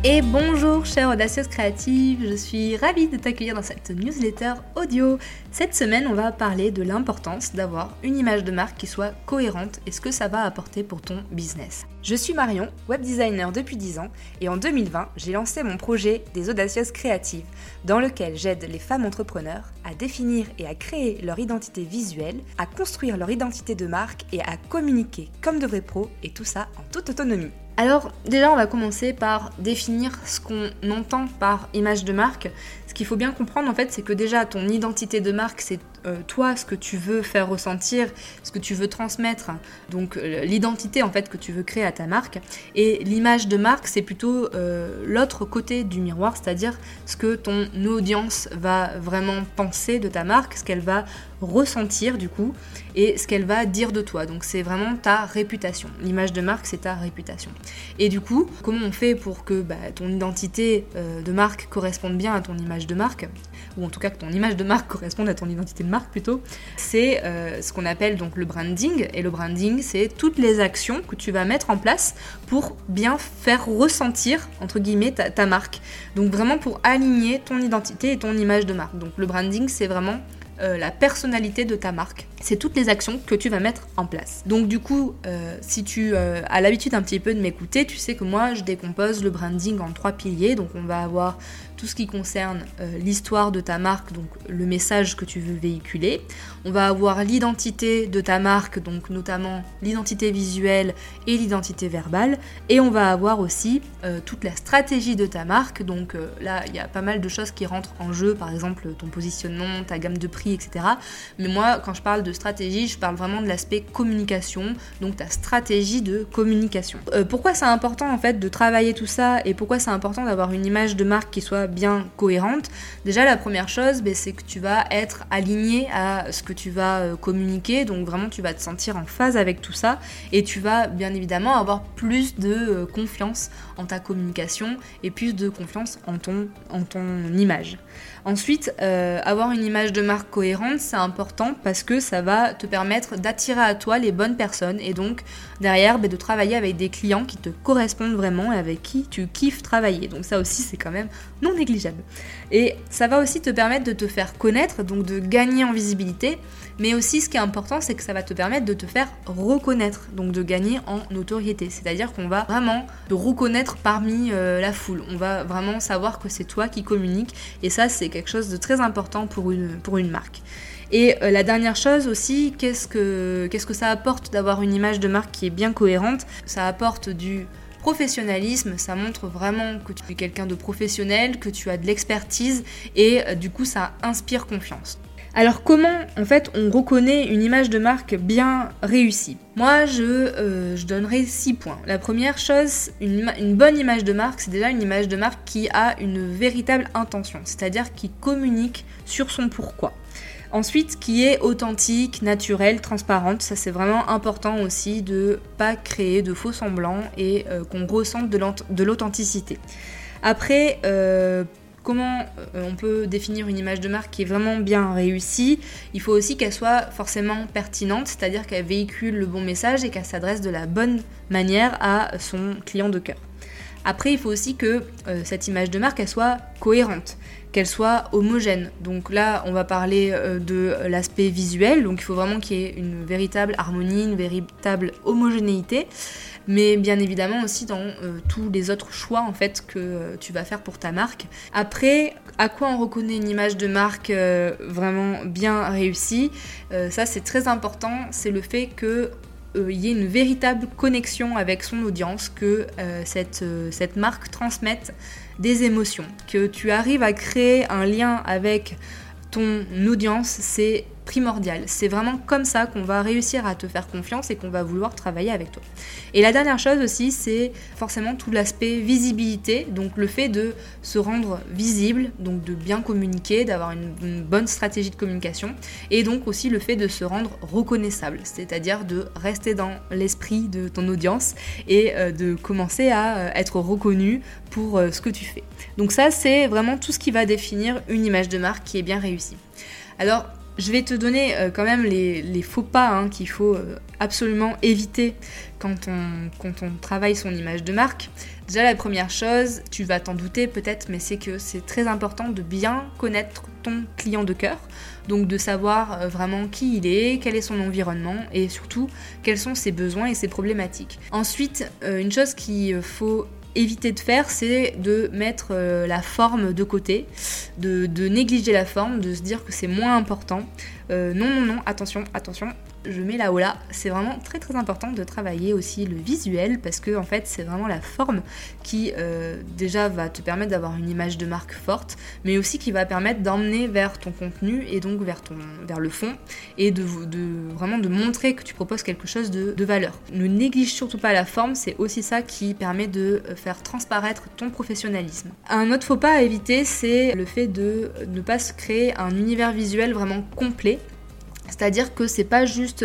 Et bonjour chère audacieuse créative, je suis ravie de t'accueillir dans cette newsletter audio. Cette semaine, on va parler de l'importance d'avoir une image de marque qui soit cohérente et ce que ça va apporter pour ton business. Je suis Marion, web designer depuis 10 ans et en 2020, j'ai lancé mon projet des audacieuses créatives dans lequel j'aide les femmes entrepreneurs à définir et à créer leur identité visuelle, à construire leur identité de marque et à communiquer comme de vrais pros et tout ça en toute autonomie. Alors déjà on va commencer par définir ce qu'on entend par image de marque. Ce qu'il faut bien comprendre en fait c'est que déjà ton identité de marque c'est toi ce que tu veux faire ressentir, ce que tu veux transmettre, donc l'identité en fait que tu veux créer à ta marque. Et l'image de marque c'est plutôt l'autre côté du miroir, c'est-à-dire ce que ton audience va vraiment penser de ta marque, ce qu'elle va ressentir du coup et ce qu'elle va dire de toi. Donc c'est vraiment ta réputation. L'image de marque c'est ta réputation. Et du coup, comment on fait pour que ton identité de marque corresponde bien à ton image de marque, ou en tout cas que ton image de marque corresponde à ton identité de marque plutôt, c'est ce qu'on appelle donc le branding. Et le branding c'est toutes les actions que tu vas mettre en place pour bien faire ressentir entre guillemets ta marque. Donc vraiment pour aligner ton identité et ton image de marque. Donc le branding c'est vraiment la personnalité de ta marque. C'est toutes les actions que tu vas mettre en place. Donc du coup, si tu as l'habitude un petit peu de m'écouter, tu sais que moi je décompose le branding en 3 piliers. Donc on va avoir tout ce qui concerne l'histoire de ta marque, donc le message que tu veux véhiculer. On va avoir l'identité de ta marque, donc notamment l'identité visuelle et l'identité verbale. Et on va avoir aussi toute la stratégie de ta marque. Donc là, il y a pas mal de choses qui rentrent en jeu, par exemple ton positionnement, ta gamme de prix, etc. Mais moi, quand je parle de stratégie, je parle vraiment de l'aspect communication, donc ta stratégie de communication. Pourquoi c'est important en fait de travailler tout ça et pourquoi c'est important d'avoir une image de marque qui soit bien cohérente? Déjà la première chose, c'est que tu vas être aligné à ce que tu vas communiquer, donc vraiment tu vas te sentir en phase avec tout ça et tu vas bien évidemment avoir plus de confiance en ta communication et plus de confiance en ton image. Ensuite, avoir une image de marque cohérente, c'est important parce que ça va te permettre d'attirer à toi les bonnes personnes et donc derrière de travailler avec des clients qui te correspondent vraiment et avec qui tu kiffes travailler. Donc ça aussi c'est quand même non négligeable. Et ça va aussi te permettre de te faire connaître, donc de gagner en visibilité, mais aussi ce qui est important c'est que ça va te permettre de te faire reconnaître, donc de gagner en notoriété. C'est-à-dire qu'on va vraiment te reconnaître parmi la foule. On va vraiment savoir que c'est toi qui communiques et ça c'est quelque chose de très important pour une marque. Et la dernière chose aussi, qu'est-ce que ça apporte d'avoir une image de marque qui est bien cohérente? Ça apporte du professionnalisme, ça montre vraiment que tu es quelqu'un de professionnel, que tu as de l'expertise et du coup ça inspire confiance. Alors comment en fait on reconnaît une image de marque bien réussie? Moi je donnerais 6 points. La première chose, une bonne image de marque, c'est déjà une image de marque qui a une véritable intention, c'est-à-dire qui communique sur son pourquoi. Ensuite, qui est authentique, naturelle, transparente, ça c'est vraiment important aussi de pas créer de faux semblants et qu'on ressente de l'authenticité. Après, comment on peut définir une image de marque qui est vraiment bien réussie? Il faut aussi qu'elle soit forcément pertinente, c'est-à-dire qu'elle véhicule le bon message et qu'elle s'adresse de la bonne manière à son client de cœur. Après, il faut aussi que cette image de marque elle soit cohérente, qu'elle soit homogène. Donc là, on va parler de l'aspect visuel, donc il faut vraiment qu'il y ait une véritable harmonie, une véritable homogénéité, mais bien évidemment aussi dans tous les autres choix en fait que tu vas faire pour ta marque. Après, à quoi on reconnaît une image de marque vraiment bien réussie? Ça c'est très important, c'est le fait que il y ait une véritable connexion avec son audience, que cette marque transmette des émotions, que tu arrives à créer un lien avec ton audience, c'est primordial. C'est vraiment comme ça qu'on va réussir à te faire confiance et qu'on va vouloir travailler avec toi. Et la dernière chose aussi, c'est forcément tout l'aspect visibilité, donc le fait de se rendre visible, donc de bien communiquer, d'avoir une bonne stratégie de communication, et donc aussi le fait de se rendre reconnaissable, c'est-à-dire de rester dans l'esprit de ton audience et de commencer à être reconnu pour ce que tu fais. Donc ça, c'est vraiment tout ce qui va définir une image de marque qui est bien réussie. Alors, Je vais te donner quand même les faux pas qu'il faut absolument éviter quand on travaille son image de marque. Déjà la première chose, tu vas t'en douter peut-être, mais c'est que c'est très important de bien connaître ton client de cœur, donc de savoir vraiment qui il est, quel est son environnement et surtout quels sont ses besoins et ses problématiques. Ensuite, une chose qu'il faut éviter de faire, c'est de mettre la forme de côté, de négliger la forme, de se dire que c'est moins important. Non, attention, je mets là haut là. C'est vraiment très très important de travailler aussi le visuel parce que en fait c'est vraiment la forme qui déjà va te permettre d'avoir une image de marque forte, mais aussi qui va permettre d'emmener vers ton contenu et donc vers le fond et de vraiment de montrer que tu proposes quelque chose de valeur. Ne néglige surtout pas la forme, c'est aussi ça qui permet de faire transparaître ton professionnalisme. Un autre faux pas à éviter, c'est le fait de ne pas se créer un univers visuel vraiment complet. C'est-à-dire que c'est pas juste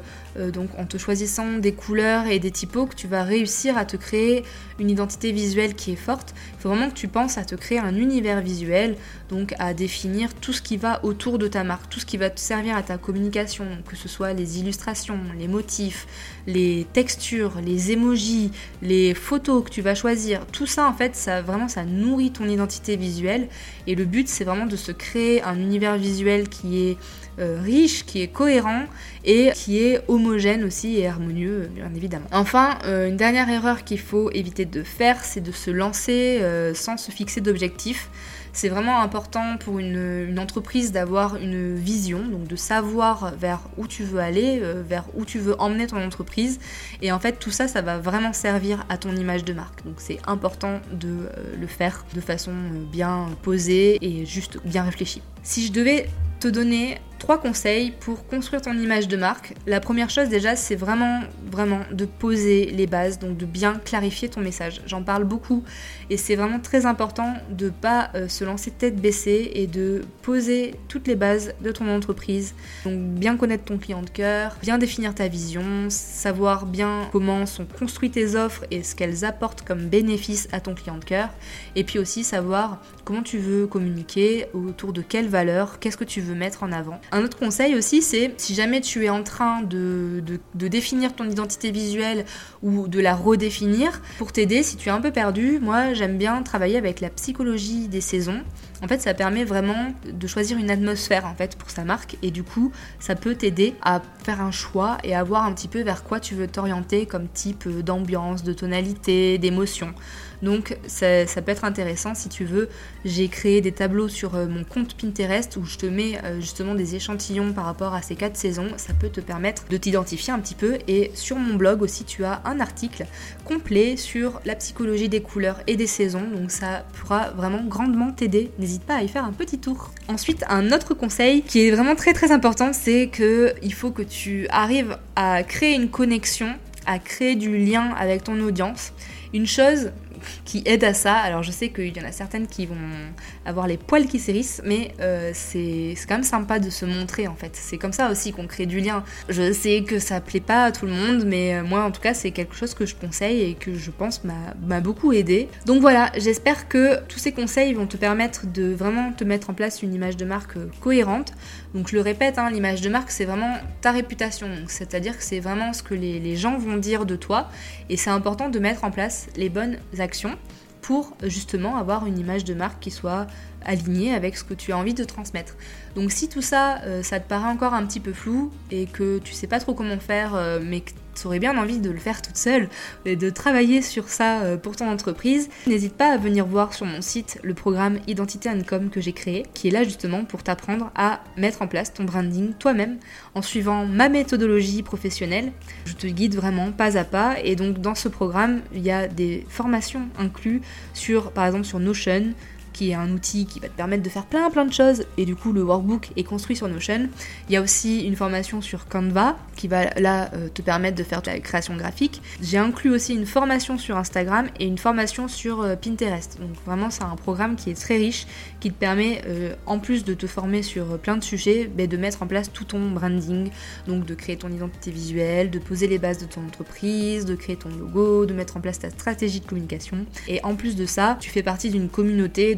donc en te choisissant des couleurs et des typos que tu vas réussir à te créer une identité visuelle qui est forte. Il faut vraiment que tu penses à te créer un univers visuel, donc à définir tout ce qui va autour de ta marque, tout ce qui va te servir à ta communication, que ce soit les illustrations, les motifs, les textures, les emojis, les photos que tu vas choisir. Tout ça en fait, ça nourrit ton identité visuelle et le but c'est vraiment de se créer un univers visuel qui est riche, qui est cohérent et qui est homogène aussi et harmonieux, bien évidemment. Enfin, une dernière erreur qu'il faut éviter de faire, c'est de se lancer sans se fixer d'objectifs. C'est vraiment important pour une entreprise d'avoir une vision, donc de savoir vers où tu veux aller, vers où tu veux emmener ton entreprise. Et en fait, tout ça, ça va vraiment servir à ton image de marque. Donc c'est important de le faire de façon bien posée et juste bien réfléchie. Si je devais te donner 3 conseils pour construire ton image de marque. La première chose déjà, c'est vraiment de poser les bases, donc de bien clarifier ton message. J'en parle beaucoup et c'est vraiment très important de pas se lancer tête baissée et de poser toutes les bases de ton entreprise. Donc bien connaître ton client de cœur, bien définir ta vision, savoir bien comment sont construites tes offres et ce qu'elles apportent comme bénéfice à ton client de cœur. Et puis aussi savoir comment tu veux communiquer, autour de quelles valeurs, qu'est-ce que tu veux mettre en avant. Un autre conseil aussi, c'est si jamais tu es en train de définir ton identité visuelle ou de la redéfinir, pour t'aider, si tu es un peu perdu, moi j'aime bien travailler avec la psychologie des saisons. En fait, ça permet vraiment de choisir une atmosphère en fait pour sa marque et du coup, ça peut t'aider à faire un choix et à voir un petit peu vers quoi tu veux t'orienter comme type d'ambiance, de tonalité, d'émotion. Donc ça peut être intéressant si tu veux. J'ai créé des tableaux sur mon compte Pinterest où je te mets justement des échantillons par rapport à ces 4 saisons. Ça peut te permettre de t'identifier un petit peu. Et sur mon blog aussi, tu as un article complet sur la psychologie des couleurs et des saisons. Donc ça pourra vraiment grandement t'aider. N'hésite pas à y faire un petit tour. Ensuite, un autre conseil qui est vraiment très très important, c'est qu'il faut que tu arrives à créer une connexion, à créer du lien avec ton audience. Une chose qui aide à ça, alors je sais qu'il y en a certaines qui vont avoir les poils qui s'hérissent, mais c'est quand même sympa de se montrer en fait. C'est comme ça aussi qu'on crée du lien. Je sais que ça plaît pas à tout le monde, mais moi en tout cas c'est quelque chose que je conseille et que je pense m'a beaucoup aidé. Donc voilà, j'espère que tous ces conseils vont te permettre de vraiment te mettre en place une image de marque cohérente. Donc je le répète, l'image de marque c'est vraiment ta réputation, c'est-à-dire que c'est vraiment ce que les gens vont dire de toi et c'est important de mettre en place les bonnes actions pour justement avoir une image de marque qui soit alignée avec ce que tu as envie de transmettre. Donc si tout ça, ça te paraît encore un petit peu flou et que tu sais pas trop comment faire, mais que tu aurais bien envie de le faire toute seule et de travailler sur ça pour ton entreprise, n'hésite pas à venir voir sur mon site le programme Identité & Com que j'ai créé, qui est là justement pour t'apprendre à mettre en place ton branding toi-même en suivant ma méthodologie professionnelle. Je te guide vraiment pas à pas et donc dans ce programme, il y a des formations incluses par exemple sur Notion, qui est un outil qui va te permettre de faire plein de choses et du coup le workbook est construit sur Notion. Il y a aussi une formation sur Canva qui va là te permettre de faire de la création graphique. J'ai inclus aussi une formation sur Instagram et une formation sur Pinterest. Donc vraiment c'est un programme qui est très riche, qui te permet en plus de te former sur plein de sujets, de mettre en place tout ton branding, donc de créer ton identité visuelle, de poser les bases de ton entreprise, de créer ton logo, de mettre en place ta stratégie de communication. Et en plus de ça, tu fais partie d'une communauté, donc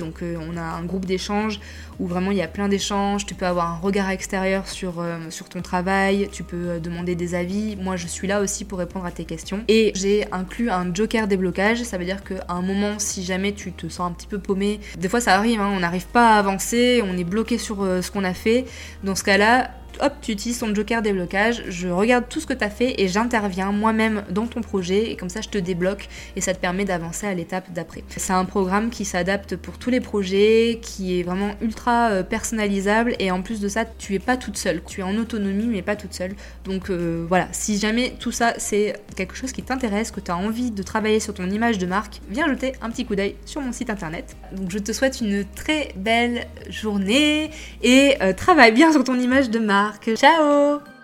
Donc on a un groupe d'échange où vraiment il y a plein d'échanges, tu peux avoir un regard extérieur sur ton travail, tu peux demander des avis. Moi je suis là aussi pour répondre à tes questions. Et j'ai inclus un joker déblocage, ça veut dire qu'à un moment, si jamais tu te sens un petit peu paumé, des fois ça arrive, on n'arrive pas à avancer, on est bloqué sur ce qu'on a fait. Dans ce cas-là, hop, tu utilises ton joker déblocage, je regarde tout ce que tu as fait et j'interviens moi-même dans ton projet et comme ça je te débloque et ça te permet d'avancer à l'étape d'après. C'est un programme qui s'adapte pour tous les projets, qui est vraiment ultra personnalisable et en plus de ça, tu es pas toute seule. Tu es en autonomie mais pas toute seule. Donc voilà, si jamais tout ça c'est quelque chose qui t'intéresse, que tu as envie de travailler sur ton image de marque, viens jeter un petit coup d'œil sur mon site internet. Donc je te souhaite une très belle journée et travaille bien sur ton image de marque. Ciao!